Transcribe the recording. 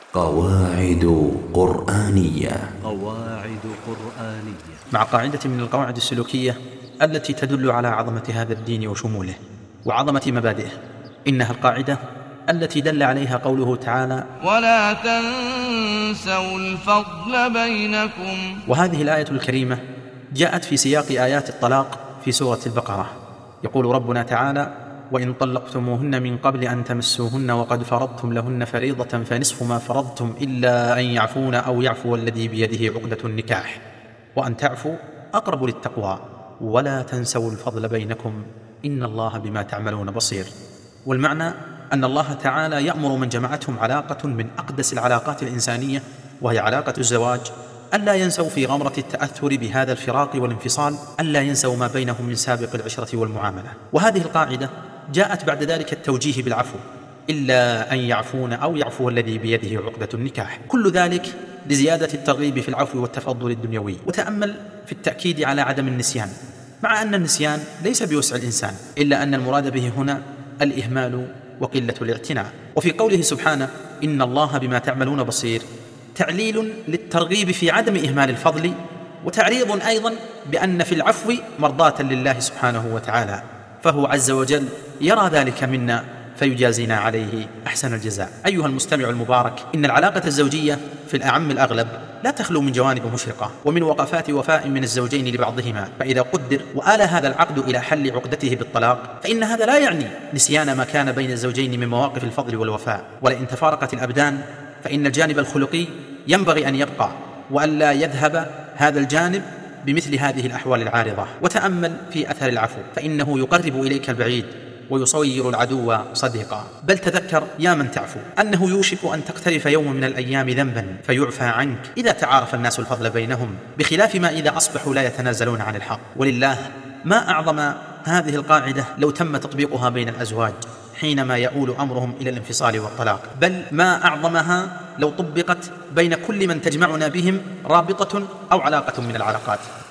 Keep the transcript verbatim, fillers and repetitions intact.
قواعد قرآنية. قواعد قرآنية مع قاعدة من القواعد السلوكية التي تدل على عظمة هذا الدين وشموله وعظمة مبادئه. إنها القاعدة التي دل عليها قوله تعالى: ولا تنسوا الفضل بينكم. وهذه الآية الكريمة جاءت في سياق آيات الطلاق في سورة البقرة. يقول ربنا تعالى: وإن طلقتموهن من قبل أن تمسوهن وقد فرضتم لهن فريضة فنصف ما فرضتم إلا أن يعفون أو يعفو الذي بيده عقدة النكاح وأن تعفوا أقرب للتقوى ولا تنسوا الفضل بينكم إن الله بما تعملون بصير. والمعنى أن الله تعالى يأمر من جمعتهم علاقة من أقدس العلاقات الإنسانية وهي علاقة الزواج ألا ينسوا في غمرة التأثر بهذا الفراق والانفصال، ألا ينسوا ما بينهم من سابق العشرة والمعاملة. وهذه القاعدة جاءت بعد ذلك التوجيه بالعفو، إلا أن يعفون أو يعفو الذي بيده عقدة النكاح. كل ذلك لزيادة الترغيب في العفو والتفضل الدنيوي. وتأمل في التأكيد على عدم النسيان، مع أن النسيان ليس بوسع الإنسان، إلا أن المراد به هنا الإهمال وقلة الاعتناء. وفي قوله سبحانه: إن الله بما تعملون بصير، تعليل للترغيب في عدم إهمال الفضل، وتعريض أيضا بأن في العفو مرضاة لله سبحانه وتعالى، فهو عز وجل يرى ذلك منا فيجازينا عليه أحسن الجزاء. أيها المستمع المبارك، إن العلاقة الزوجية في الأعم الأغلب لا تخلو من جوانب مشرقة ومن وقفات وفاء من الزوجين لبعضهما. فإذا قدر وآل هذا العقد إلى حل عقدته بالطلاق، فإن هذا لا يعني نسيان ما كان بين الزوجين من مواقف الفضل والوفاء. ولئن تفارقت الأبدان فإن الجانب الخلقي ينبغي أن يبقى وألا يذهب هذا الجانب بمثل هذه الأحوال العارضة. وتأمل في أثر العفو، فإنه يقرب إليك البعيد ويصير العدو صديقا. بل تذكر يا من تعفو أنه يوشك أن تقترف يوم من الأيام ذنبا فيعفى عنك إذا تعارف الناس الفضل بينهم، بخلاف ما إذا أصبحوا لا يتنازلون عن الحق. ولله ما أعظم هذه القاعدة لو تم تطبيقها بين الأزواج حينما يؤول أمرهم إلى الانفصال والطلاق، بل ما أعظمها لو طبقت بين كل من تجمعنا بهم رابطة أو علاقة من العلاقات.